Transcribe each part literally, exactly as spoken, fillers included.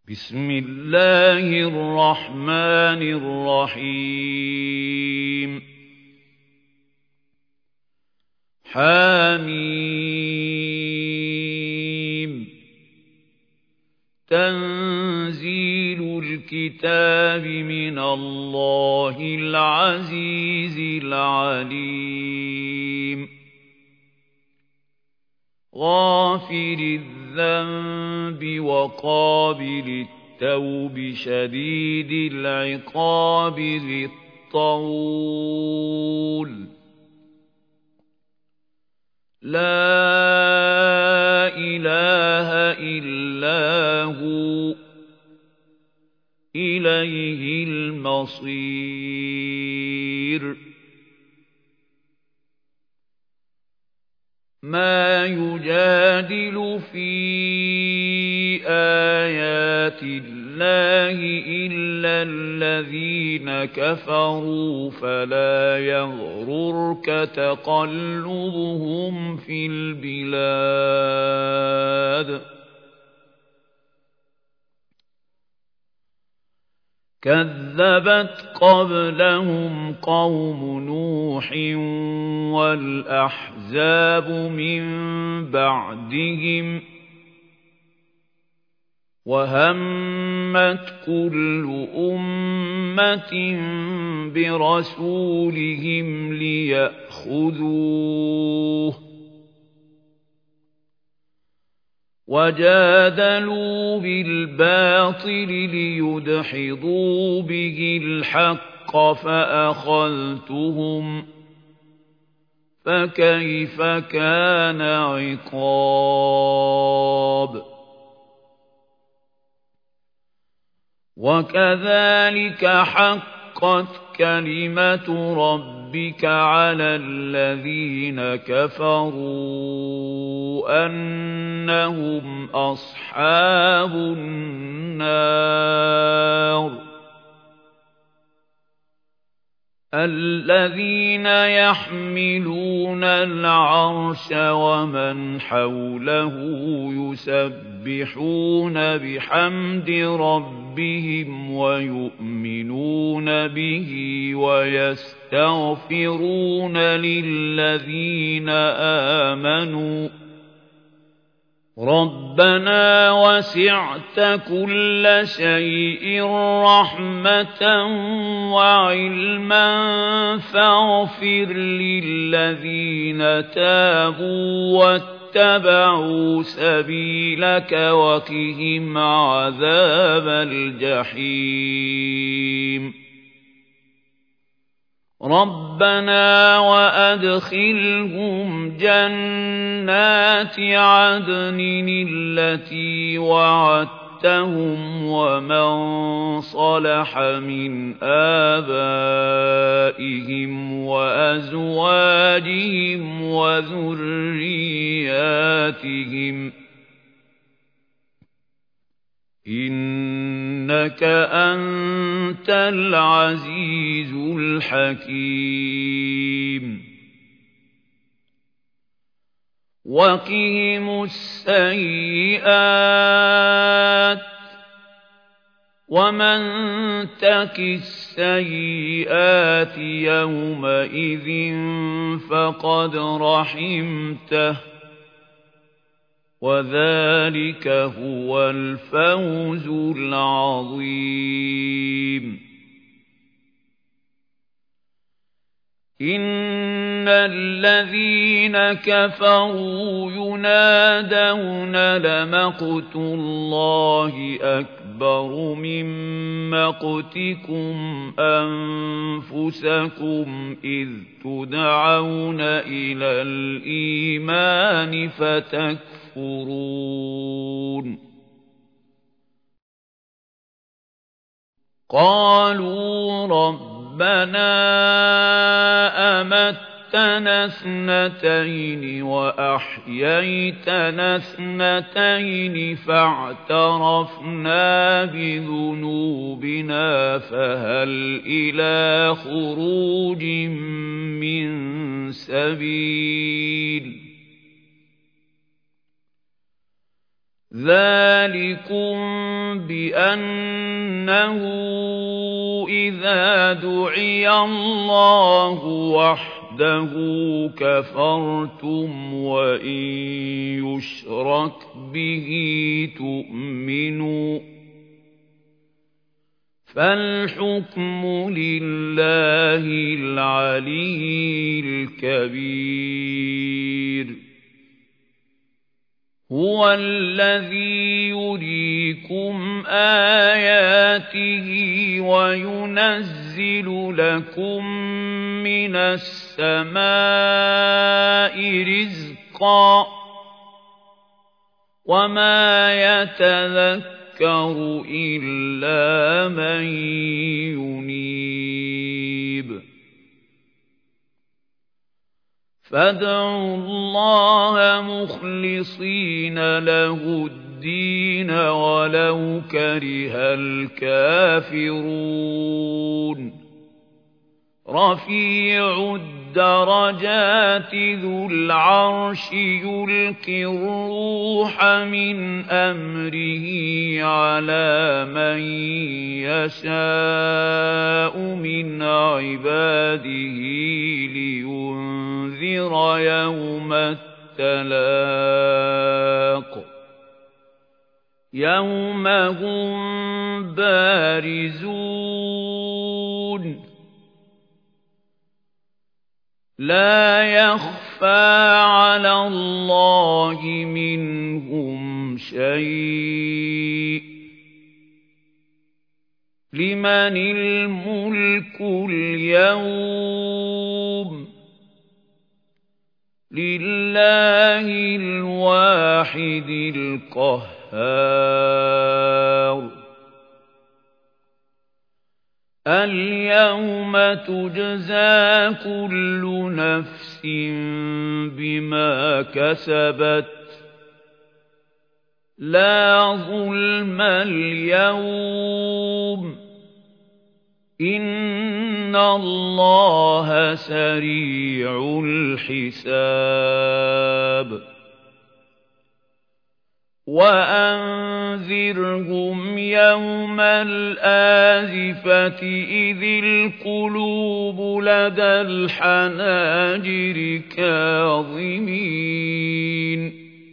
بسم الله الرحمن الرحيم حميم تنزيل الكتاب من الله العزيز العليم غافر الذنب وقابل التوب شديد العقاب ذي الطول لا إله إلا هو إليه المصير ما يجادل في آيات الله إلا الذين كفروا فلا يغررك تقلبهم في البلاد كذبت قبلهم قوم نوح والأحزاب من بعدهم وهمت كل أمة برسولهم ليأخذوه وجادلوا بالباطل ليدحضوا به الحق فأخذتهم فكيف كان عقاب وكذلك حقت كلمة ربك على الذين كفروا أنهم أصحاب النار الذين يحملون العرش ومن حوله يسبحون بحمد ربهم ويؤمنون به ويستغفرون للذين آمنوا ربنا وسعت كل شيء رحمة وعلما فاغفر للذين تابوا واتبعوا سبيلك وقهم عذاب الجحيم ربنا وأدخلهم جنات عدن التي وعدتهم ومن صلح من آبائهم وأزواجهم وذرياتهم إنك أنت العزيز الحكيم وقهم السيئات ومن تك السيئات يومئذ فقد رحمته وذلك هو الفوز العظيم إن الذين كفروا ينادون لمقت الله أكبر من مقتكم أنفسكم إذ تدعون إلى الإيمان فتكفرون قالوا ربنا أمتنا اثنتين وأحييتنا اثنتين فاعترفنا بذنوبنا فهل إلى خروج من سبيل ذَلِكُمْ بِأَنَّهُ إِذَا دُعِيَ اللَّهُ وَحْدَهُ كَفَرْتُمْ وَإِن يُشْرَكْ بِهِ تُؤْمِنُوا فَالْحُكْمُ لِلَّهِ الْعَلِيِّ الْكَبِيرِ هُوَ الَّذِي يُرِيكُمْ آيَاتِهِ وَيُنَزِّلُ لَكُم مِّنَ السَّمَاءِ رِزْقًا وَمَا يَتَذَكَّرُ إِلَّا مَن يُنِيبُ فَادْعُوا اللَّهَ مُخْلِصِينَ لَهُ الدِّينَ وَلَوْ كَرِهَ الْكَافِرُونَ رَفِيعُ الدَّرَجَاتِ ذُو الْعَرْشِ يُلْقِي الرُّوحَ مِنْ أَمْرِهِ عَلَى مَن يَشَاءُ مِنْ عِبَادِهِ لِيُنذِرَ يَوْمَ التَّلَاقِ يَوْمَ هُمْ بَارِزُونَ لَا يَخْفَى عَلَى اللَّهِ مِنْهُمْ شَيْءٌ لِمَنِ الْمُلْكُ الْيَوْمَ لِلَّهِ الْوَاحِدِ الْقَهَّارِ الْيَوْمَ تُجْزَى كُلُّ نَفْسٍ بِمَا كَسَبَتْ لَا ظُلْمَ الْيَوْمَ إِنَّ اللَّهَ سَرِيعُ الْحِسَابِ وَأَنذِرْهُمْ يَوْمَ الْآزِفَةِ إِذِ الْقُلُوبُ لَدَى الْحَنَاجِرِ كَاظِمِينَ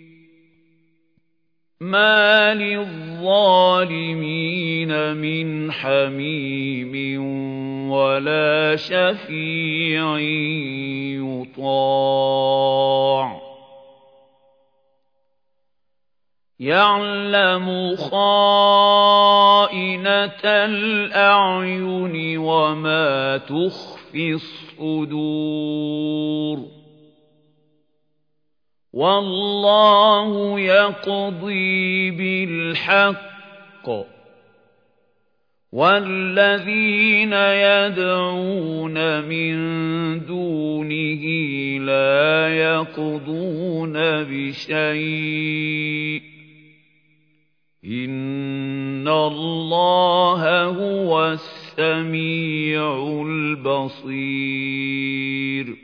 مَا لِلظَّالِمِينَ مِنْ حَمِيمٍ وَلَا شَفِيعٍ يُطَاعُ يَعْلَمُ خَائِنَةَ الْأَعْيُنِ وَمَا تُخْفِي الصُّدُورُ وَاللَّهُ يَقْضِي بِالْحَقِّ وَالَّذِينَ يَدْعُونَ مِن دُونِهِ لَا يَقْضُونَ بِشَيْءٍ إِنَّ اللَّهَ هُوَ السَّمِيعُ الْبَصِيرُ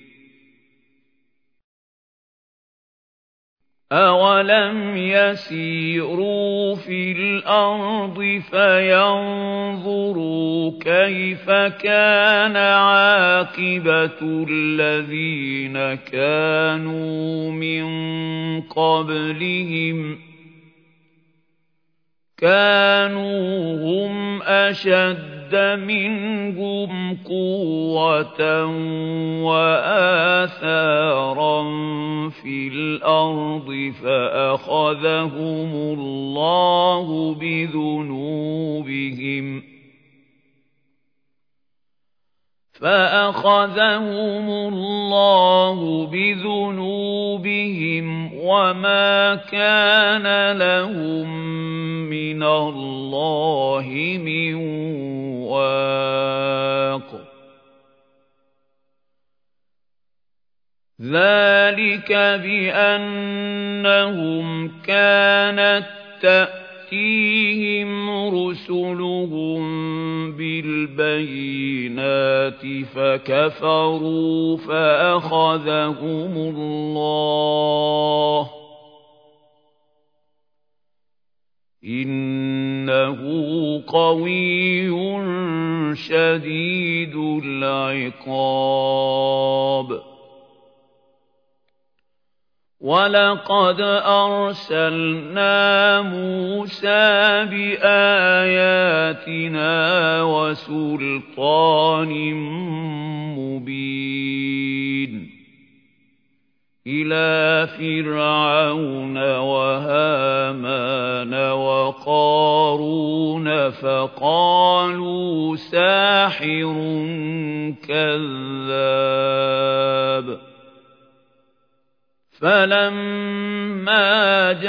أَوَلَمْ يَسِيرُوا فِي الْأَرْضِ فَيَنظُرُوا كَيْفَ كَانَ عَاقِبَةُ الَّذِينَ كَانُوا مِن قَبْلِهِمْ كَانُوا هُمْ أَشَدَّ مِنْهُمْ قُوَّةً وَآثَارًا فِي الْأَرْضِ فَأَخَذَهُمُ اللَّهُ بِذُنُوبِهِمْ فَأَخَذَهُمُ اللَّهُ بِذُنُوبِهِمْ وَمَا كَانَ لَهُم مِّنَ اللَّهِ مِن وَاقٍ ذَلِكَ بِأَنَّهُمْ كَانَتْ تَأْتِيهِمْ رُسُلُهُم بِالْبَيِّنَاتِ فَكَفَرُوا فَأَخَذَهُمُ اللَّهُ إنه قوي شديد العقاب ولقد أرسلنا موسى بآياتنا وسلطان مبين إلى فرعون وهامان وقارون فقالوا ساحر كذاب فلما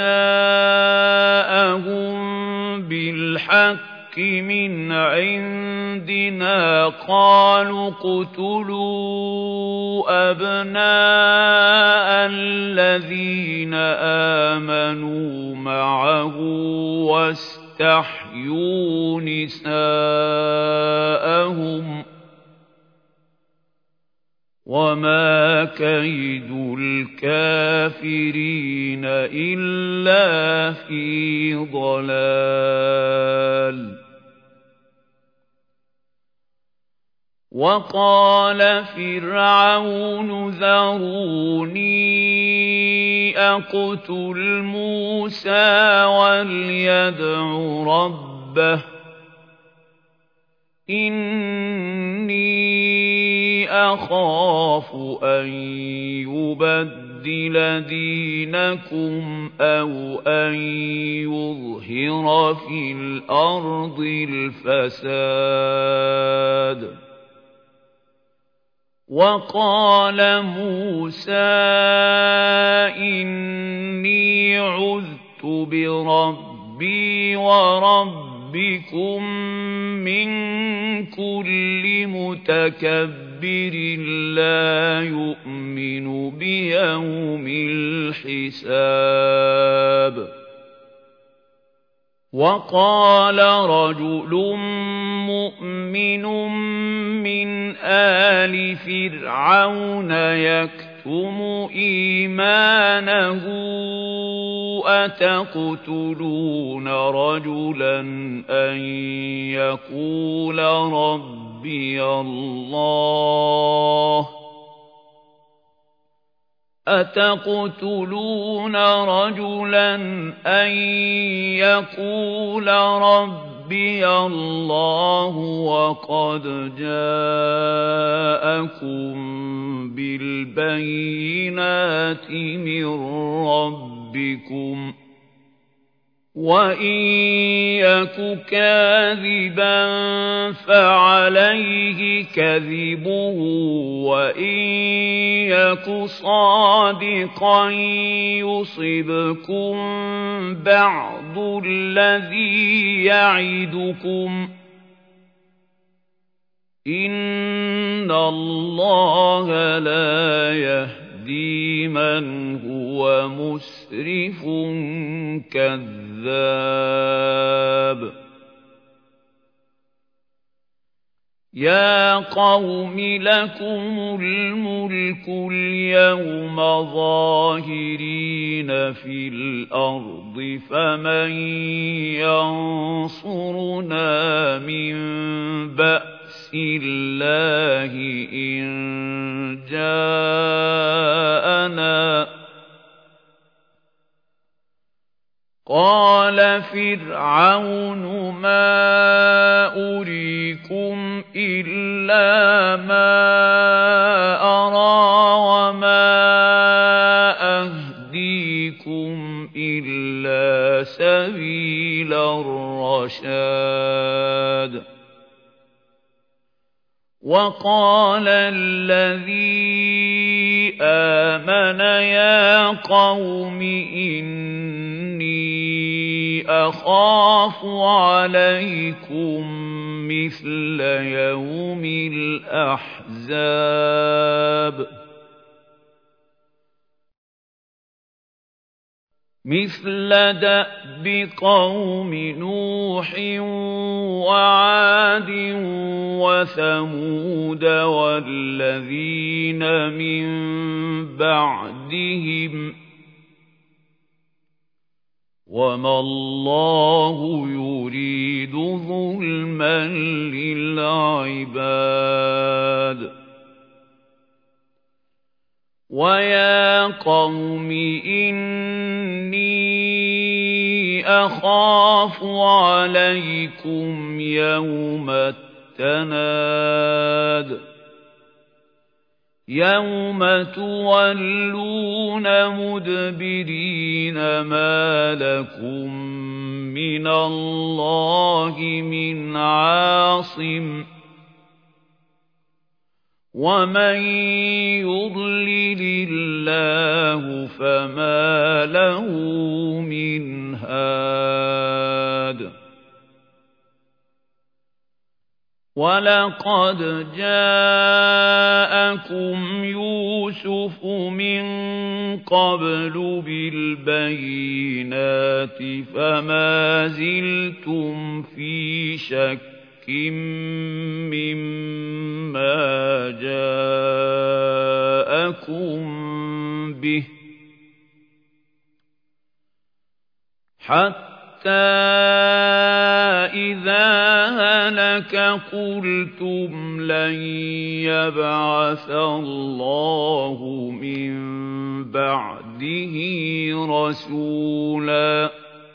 جاءهم بالحق من عندنا قالوا اقتلوا أبناء الذين آمنوا معه واستحيوا نساءهم وما كيد الكافرين إلا في ضلال وقال فرعون ذروني أقتل موسى وليدع ربه إني أخاف أن يبدل دينكم أو أن يظهر في الأرض الفساد وقال موسى إني عذت بربي وربكم من كل متكبر لا يؤمن بيوم الحساب وقال رجل مؤمن من آل فرعون يكتم إيمانه أتقتلون رجلا أن يقول ربي الله أتقتلون رجلا أن يقول ربي الله وقد جاءكم بالبينات من ربكم وإن يك كاذبا فعليه كذبه وإن يك صادقا يصبكم بعض الذي يعدكم إن الله لا يهدي من هو مسرف كذاب يا قوم لكم الملك اليوم ظاهرين في الأرض فمن ينصرنا من بأس الله إن جاءنا قال فرعون ما أريكم إلا ما أرى وما أهديكم إلا سبيل الرشاد وقال الذي آمن يا قوم إني أخاف عليكم مثل يوم الأحزاب مثل دأب قوم نوح وعاد وثمود والذين من بعدهم وَمَا اللَّهُ يُرِيدُ ظُلْمًا لِلْعِبَادِ وَيَا قَوْمِ إِنِّي أَخَافُ عَلَيْكُمْ يَوْمَ التَّنَادِ يَوْمَ تُوَلُّونَ مُدْبِرِينَ مَا لَكُمْ مِنَ اللَّهِ مِنْ عَاصِمٍ وَمَن يُضْلِلِ اللَّهُ فَمَا لَهُ مِنْ هَادٍ وَلَقَدْ جَاءَكُمْ يُوسُفُ مِنْ قَبْلُ بِالْبَيِّنَاتِ فَمَا زِلْتُمْ فِي شَكٍّ مِّمَّا جَاءَكُمْ بِهِ حَتَّى إِذَا هَلَكَ قُلْتُمْ لَن يَبْعَثَ اللَّهُ مِن بَعْدِهِ رَسُولًا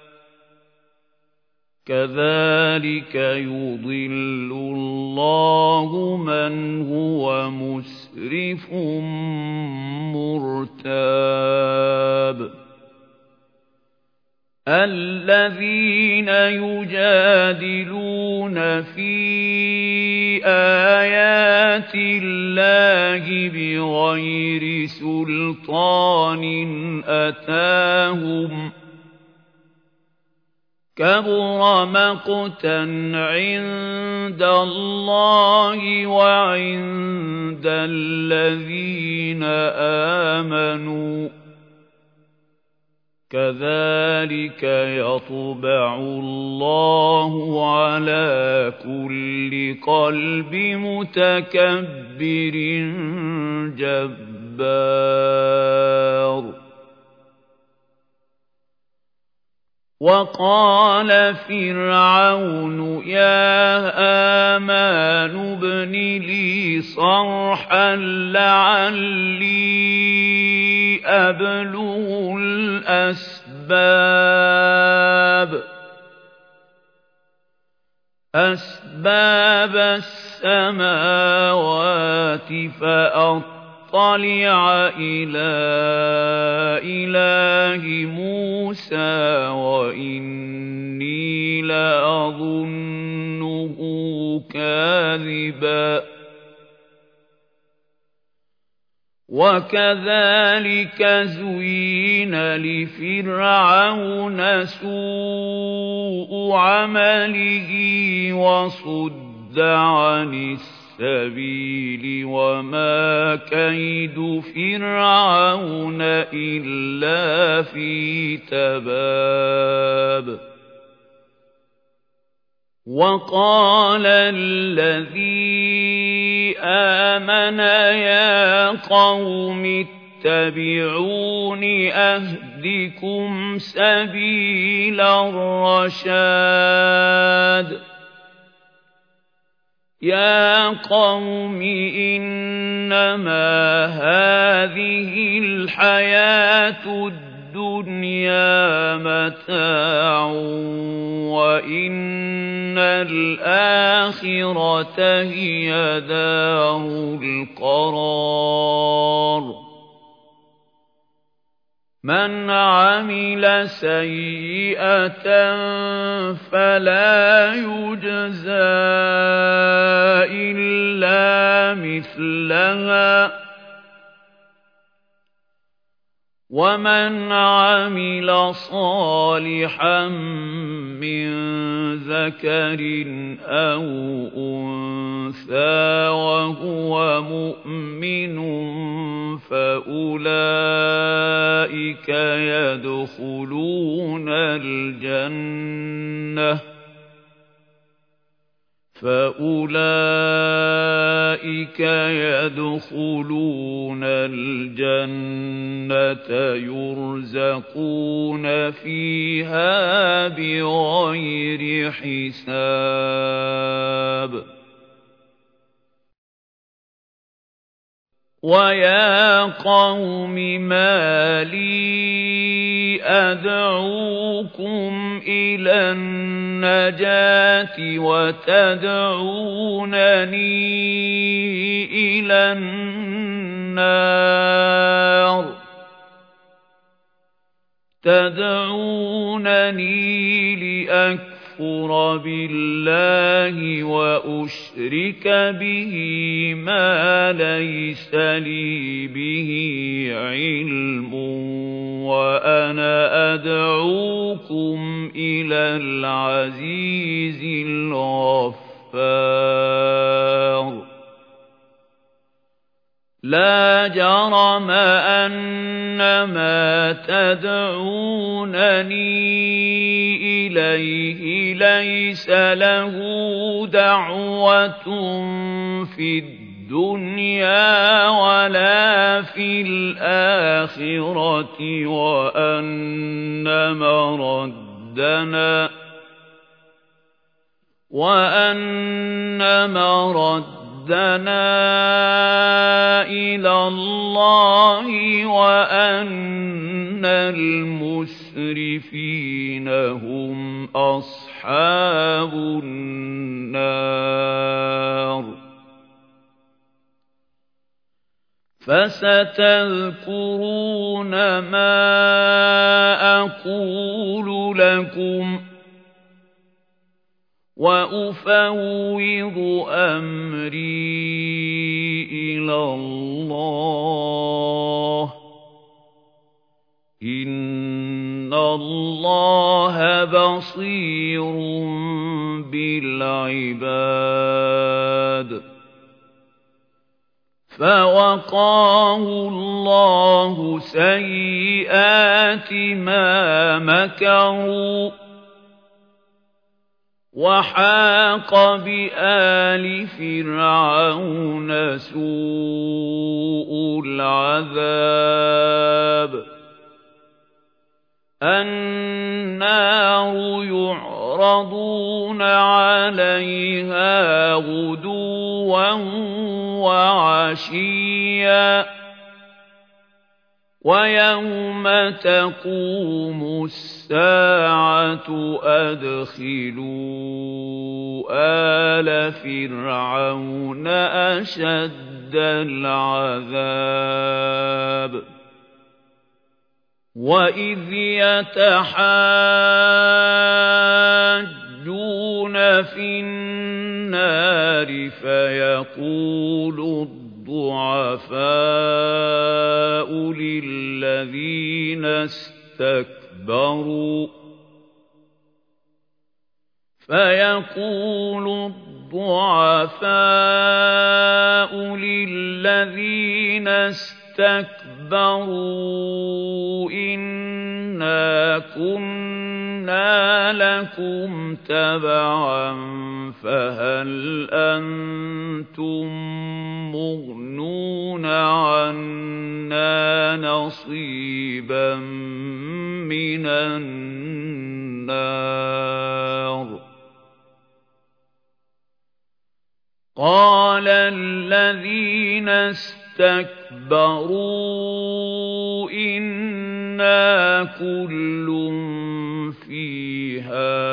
كَذَلِكَ يُضِلُّ اللَّهُ مَنْ هُوَ مُسْرِفٌ مُرْتَابٌ الَّذِينَ يُجَادِلُونَ فِي آيَاتِ اللَّهِ بِغَيْرِ سُلْطَانٍ أَتَاهُمْ كَبُرَ مَقْتًا عِندَ اللَّهِ وَعِندَ الَّذِينَ آمَنُوا كَذَلِكَ يَطْبَعُ اللَّهُ عَلَى كُلِّ قَلْبِ مُتَكَبِّرٍ جَبَّارٍ وَقَالَ فِرْعَوْنُ يَا هَامَانُ ابْنِ لِي صَرْحًا لَعَلِّي أَبْلُغُ الْأَسْبَابَ أَسْبَابَ السَّمَاوَاتِ فَأَطَّلِعَ إِلَى إِلَٰهِ مُوسَىٰ وَإِنِّي لَأَظُنُّهُ كَاذِبًا وَكَذَلِكَ زُيِّنَ لِفِرْعَوْنَ سُوءُ عَمَلِهِ وَصُدَّ عَنِ السَّبِيلِ وَمَا كَيْدُ فِرْعَوْنَ إِلَّا فِي تَبَابٍ وَقَالَ الَّذِي آمَنَ يَا قَوْمِ اتَّبِعُونِ أَهْدِكُمْ سَبِيلَ الرَّشَادِ يَا قَوْمِ إِنَّمَا هَٰذِهِ الْحَيَاةُ الدُّنْيَا مَتَاعٌ وَإِنَّ الْآخِرَةَ هِيَ دَارُ الْقَرَارِ مَنْ عَمِلَ سَيِّئَةً فَلَا يُجْزَىٰ إِلَّا مِثْلَهَا وَمَنْ عَمِلَ صَالِحًا مِّن ذَكَرٍ أَوْ أُنثَىٰ وَهُوَ مُؤْمِنٌ فَأُولَٰئِكَ يَدْخُلُونَ الْجَنَّةَ فَأُولَٰئِكَ أُولَئِكَ يَدْخُلُونَ الْجَنَّةَ يُرْزَقُونَ فِيهَا بِغَيْرِ حِسَابٍ وَيَا قَوْمِ مَا لِي أَدْعُوكُمْ إِلَى النَّجَاةِ وَتَدْعُونَنِي إِلَى النَّارِ تَدْعُونَنِي لِأَكْفُرَ بِاللَّهِ وَأُشْرِكَ بِهِ مَا لَيْسَ لِي بِهِ عِلْمٌ وَأَنَا أَدْعُوكُمْ إِلَى الْعَزِيزِ الْغَفَّارِ لَا جَرَمَ أَنَّمَا تَدْعُونَنِي إِلَيْهِ لَيْسَ لَهُ دَعْوَةٌ فِي الدُّنْيَا وَلَا فِي الْآخِرَةِ وَأَنَّ مَرَدَّنَا وَأَنَّ مَرَدَّنَا إِلَى اللَّهِ وَأَنَّ الْمُسْرِفِينَ هُمْ أَصْحَابُ النَّارِ فَسَتَذْكُرُونَ مَا أَقُولُ لَكُمْ وَأُفَوِّضُ أَمْرِي إِلَى اللَّهِ إِنَّ اللَّهَ بَصِيرٌ بِالْعِبَادِ فَوَقَاهُ اللَّهُ سَيِّئَاتِ مَا مَكَرُوا وَحَاقَ بِآلِ فِرْعَوْنَ سُوءُ الْعَذَابِ النَّارُ يُعْرَضُونَ عَلَيْهَا غُدُوًّا وَعَشِيًّا وَيَوْمَ تَقُومُ السَّاعَةُ أَدْخِلُوا آلَ فِرْعَوْنَ أَشَدَّ الْعَذَابِ وَإِذْ يَتَحَاجُّونَ فِي النَّارِ فَيَقُولُ الضُّعَفَاءُ لِلَّذِينَ اسْتَكْبَرُوا فَيَقُولُ الضُّعَفَاءُ لِلَّذِينَ اسْتَكْبَرُوا إِنَّا كُنَّا لَكُمْ تَبَعًا فَهَلْ أَنْتُمْ مُغْنُونَ عَنَّا نَصِيبًا مِنَ النَّارِ قَالَ الَّذِينَ اسْتَكْبَرُوا إِنَّا كُلٌّ فِيهَا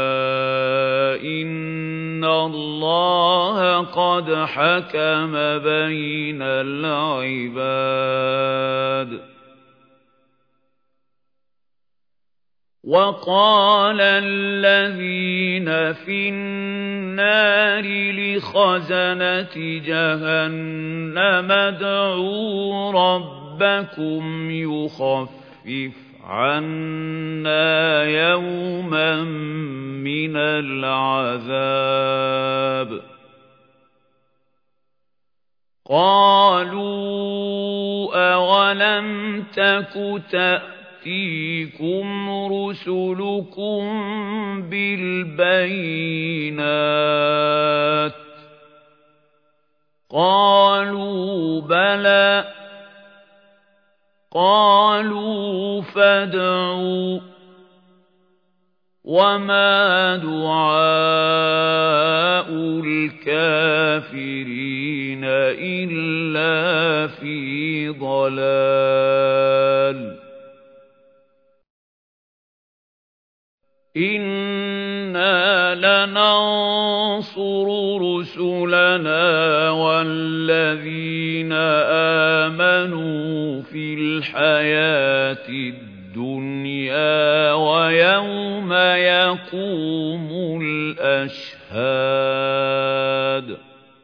إِنَّ اللَّهَ قَدْ حَكَمَ بَيْنَ الْعِبَادِ وَقَالَ الَّذِينَ فِي النَّارِ لِخَزَنَةِ جَهَنَّمَ ادْعُوا رَبَّكُمْ يُخَفِّفْ عَنَّا يَوْمًا مِنَ الْعَذَابِ قَالُوا أَوَلَمْ تَكُ تَأْتِيكُمْ رُسُلُكُم بِالْبَيِّنَاتِ قالوا بلى قالوا فادعوا وما دعاء الكافرين إلا في ضلال إنا لننصر رسلنا والذين آمنوا في الحياة الدنيا ويوم يقوم الأشهاد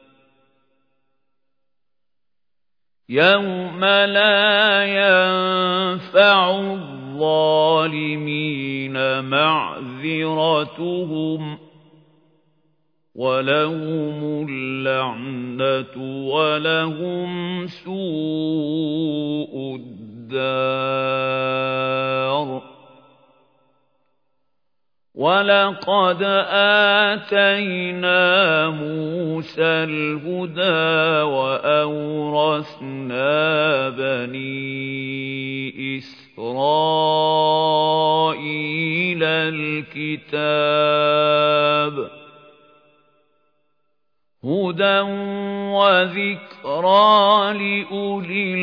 يوم لا ينفع الظالمين معذرتهم ولهم اللعنة ولهم سوء الدار ولقد آتينا موسى الهدى وأورثنا بني إسرائيل الكتاب هدى وذكرى لأولي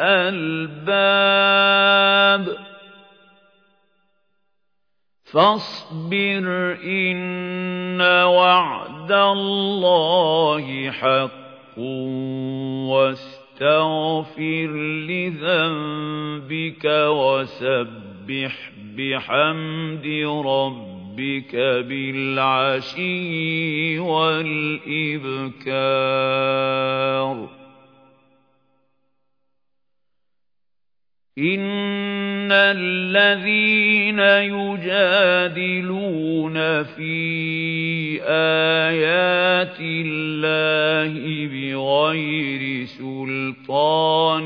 الألباب فاصبر إن وعد الله حق واستغفر لذنبك وسبح بحمد ربك بالعشي والإبكار إن الذين يجادلون في آيات الله بغير سلطان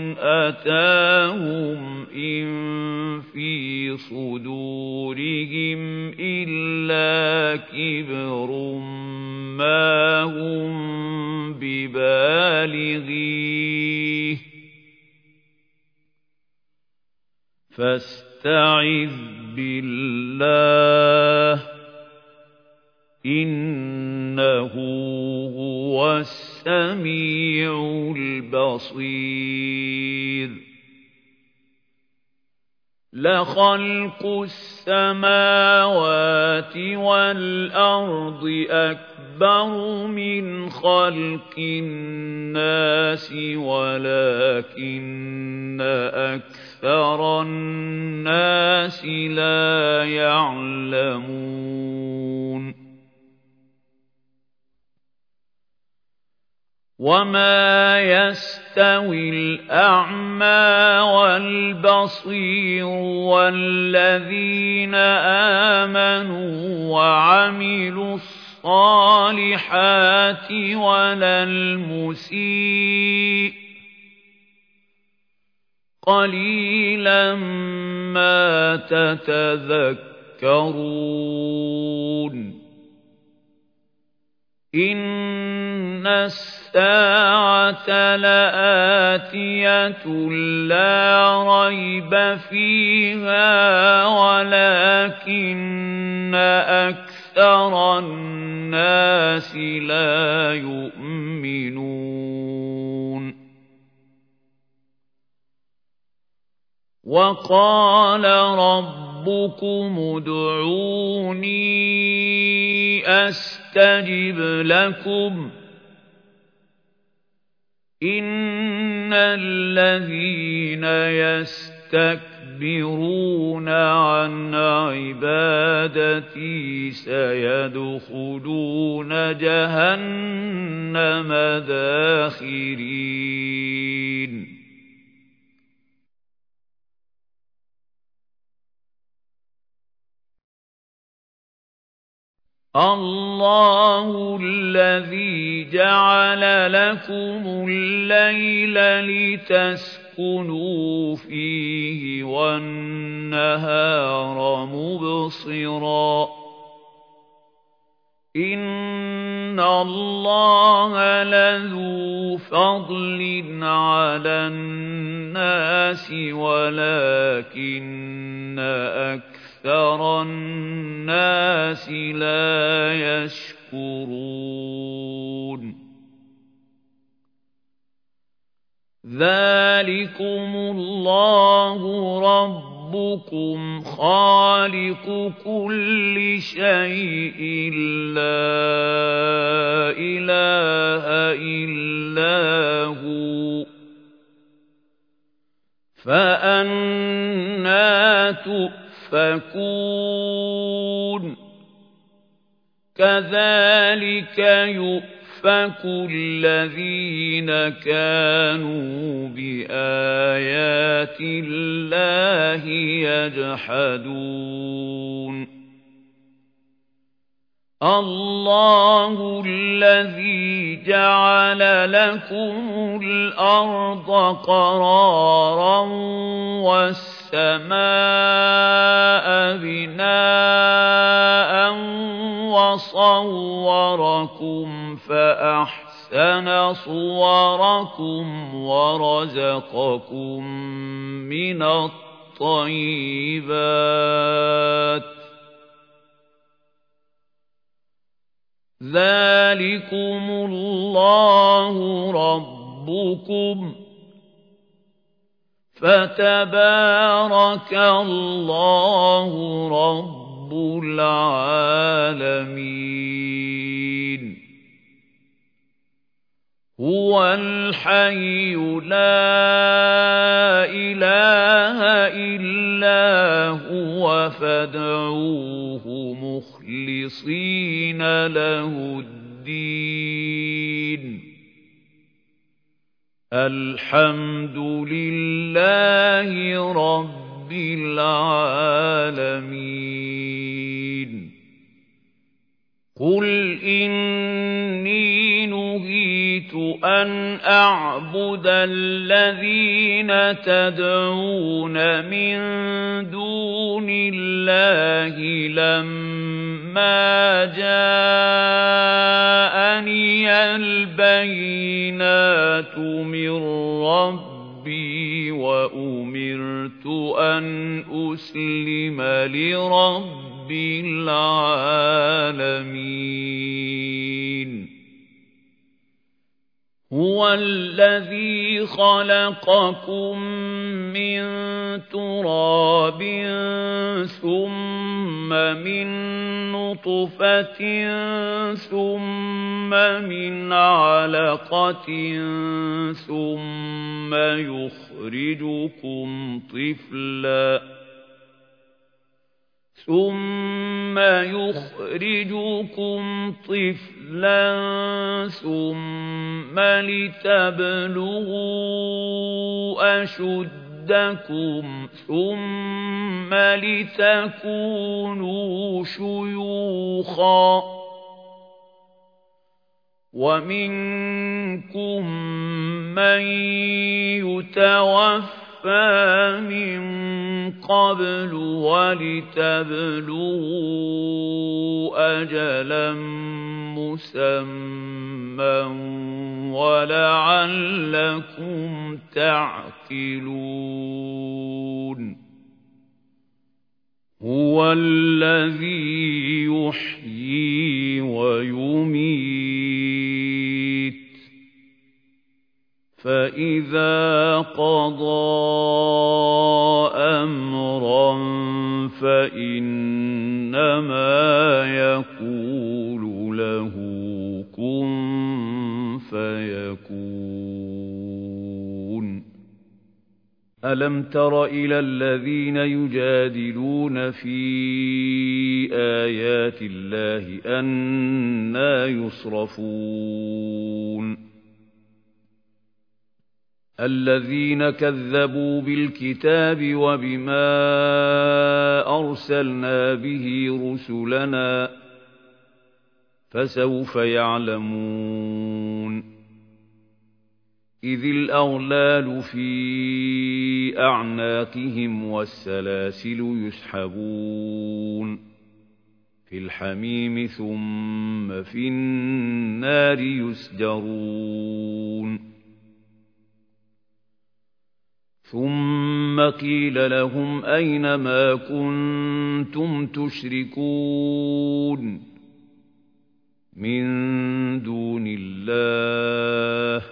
أتاهم إن في صدورهم إلا كبر ما هم ببالغيه فاستعذ بالله إنه هو السميع البصير لخلق السماوات والأرض أكبر من خلق الناس ولكن أكثر الناس لا يعلمون وما يستوي الأعمى والبصير والذين آمنوا وعملوا الصالحات ولا المسيء قليلا ما تتذكرون إن الساعة لآتية لا ريب فيها ولكن أكثر الناس لا يؤمنون وقال ربكم ادعوني أستجب لكم إن الذين يستكبرون عن عبادتي سيدخلون جهنم داخرين الله الذي جعل لكم الليل لتسكنوا فيه والنهار مبصرا إن إِنَّ اللَّهَ لَذُو فَضْلٍ عَلَى النَّاسِ وَلَكِنَّ أَكْثَرَ النَّاسِ لَا يَشْكُرُونَ ذَلِكُمُ اللَّهُ رَبُّكُمْ خَالِقُ كُلِّ شَيْءٍ لَّا إِلَٰهَ إِلَّا هُوَ فَأَنَّىٰ تُؤْفَكُونَ كَذَٰلِكَ يُؤْفَكُ الَّذِينَ كَانُوا بِآيَاتِ اللَّهِ يَجْحَدُونَ اللَّهُ الَّذِي جَعَلَ لَكُمُ الْأَرْضَ قَرَارًا وَالسَّمَاءَ بِنَاءً وَصَوَّرَكُمْ فَأَحْسَنَ صُوَرَكُمْ وَرَزَقَكُم مِّنَ الطَّيِّبَاتِ ذَلِكُمُ اللَّهُ رَبُّكُمْ فَتَبَارَكَ اللَّهُ رَبُّ الْعَالَمِينَ هُوَ الْحَيُّ لَا إِلَٰهَ إِلَّا هُوَ فَادْعُوهُ مُخْلِصِينَ لَهُ الدِّينَ الْحَمْدُ لِلَّهِ رَبِّ الْعَالَمِينَ قُلْ إِنِّي نُهِيتُ أَنْ أَعْبُدَ الَّذِينَ تَدْعُونَ مِن دُونِ اللَّهِ لَمَّا جَاءَنِيَ الْبَيِّنَاتُ مِن رَّبِّي وَأُمِرْتُ أَنْ أُسْلِمَ لِرَبِّ الْعَالَمِينَ هُوَ الَّذِي خَلَقَكُم مِّن تُرَابٍ ثُمَّ مِن نُّطْفَةٍ ثُمَّ مِنْ عَلَقَةٍ ثُمَّ يُخْرِجُكُمْ طِفْلًا ثُمَّ يُخْرِجُكُمْ طِفْلًا ثُمَّ لِتَبْلُغُوا أَشُدَّكُمْ ثُمَّ لِتَكُونُوا شُيُوخًا وَمِنكُم مَّن يُتَوَفَّىٰ مِن قَبْلُ وَلِتَبْلُغُوا أَجَلًا مُّسَمًّى وَلَعَلَّكُمْ تَعْقِلُونَ هُوَ الَّذِي يُحْيِي وَيُمِيتُ فَإِذَا قَضَىٰ أَمْرًا فَإِنَّمَا يَقُولُ لَهُ كُن فَيَكُونُ أَلَمْ تَرَ إِلَى الَّذِينَ يُجَادِلُونَ فِي آيَاتِ اللَّهِ أَنَّىٰ يُصْرَفُونَ الَّذِينَ كَذَّبُوا بِالْكِتَابِ وَبِمَا أَرْسَلْنَا بِهِ رُسُلَنَا فَسَوْفَ يَعْلَمُونَ إِذِ الْأَغْلَالُ فِي أَعْنَاقِهِمْ وَالسَّلَاسِلُ يُسْحَبُونَ فِي الْحَمِيمِ ثُمَّ فِي النَّارِ النار يسجرون ثم قيل لهم أين ما كنتم تشركون من دون الله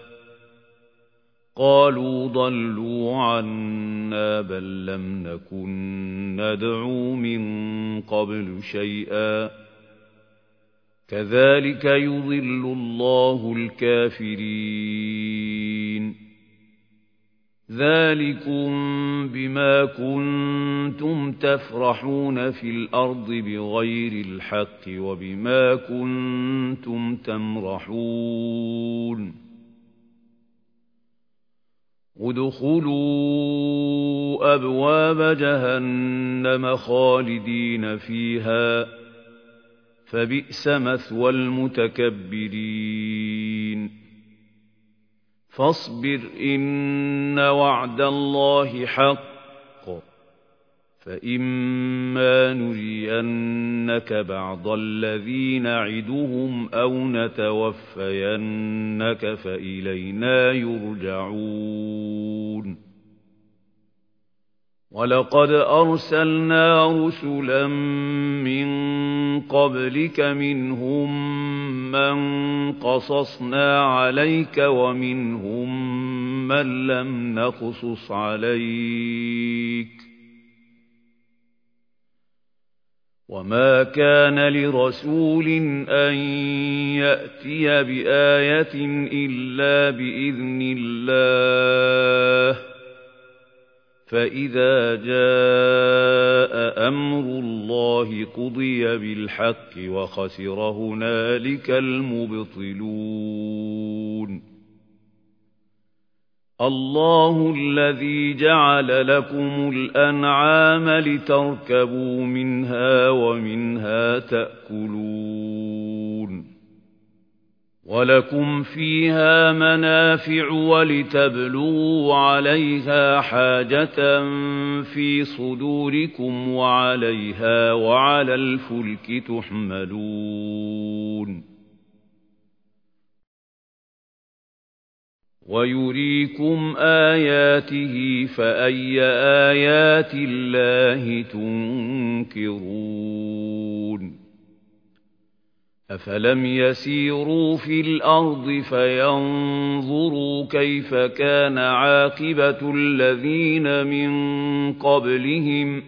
قالوا ضلوا عنا بل لم نكن ندعو من قبل شيئا كذلك يضل الله الكافرين ذلكم بما كنتم تفرحون في الأرض بغير الحق وبما كنتم تمرحون ادخلوا أبواب جهنم خالدين فيها فبئس مثوى المتكبرين فاصبر إن وعد الله حق فإما نرينك بعض الذي نعدهم أو نتوفينك فإلينا يرجعون ولقد أرسلنا رسلا من قبلك منهم من قصصنا عليك ومنهم من لم نقصص عليك وما كان لرسول أن يأتي بآية إلا بإذن الله فإذا جاء أمر الله قضي بالحق وخسر هنالك المبطلون الله الذي جعل لكم الأنعام لتركبوا منها ومنها تأكلون ولكم فيها منافع ولتبلغوا عليها حاجة في صدوركم وعليها وعلى الفلك تحملون ويريكم آياته فأي آيات الله تنكرون أفلم يسيروا في الأرض فينظروا كيف كان عاقبة الذين من قبلهم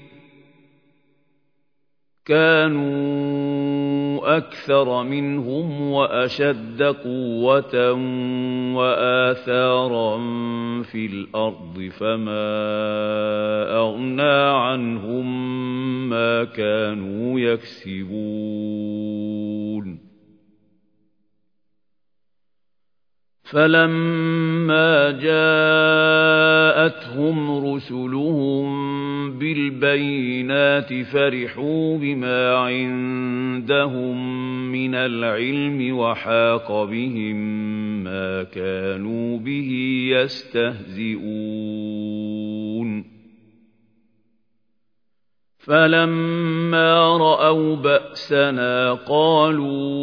كانوا أكثر منهم وأشد قوة وآثارا في الأرض فما أغنى عنهم ما كانوا يكسبون فلما جاءتهم رسلهم بالبينات فرحوا بما عندهم من العلم وحاق بهم ما كانوا به يستهزئون فلما رأوا بأسنا قالوا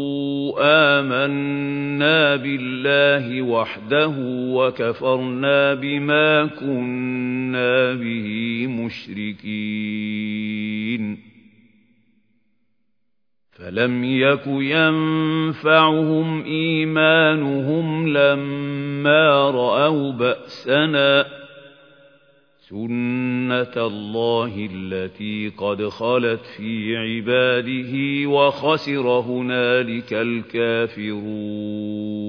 آمنا بالله وحده وكفرنا بما كنا به مشركين فلم يك ينفعهم إيمانهم لما رأوا بأسنا سنة الله التي قد خلت في عباده وخسر هنالك الكافرون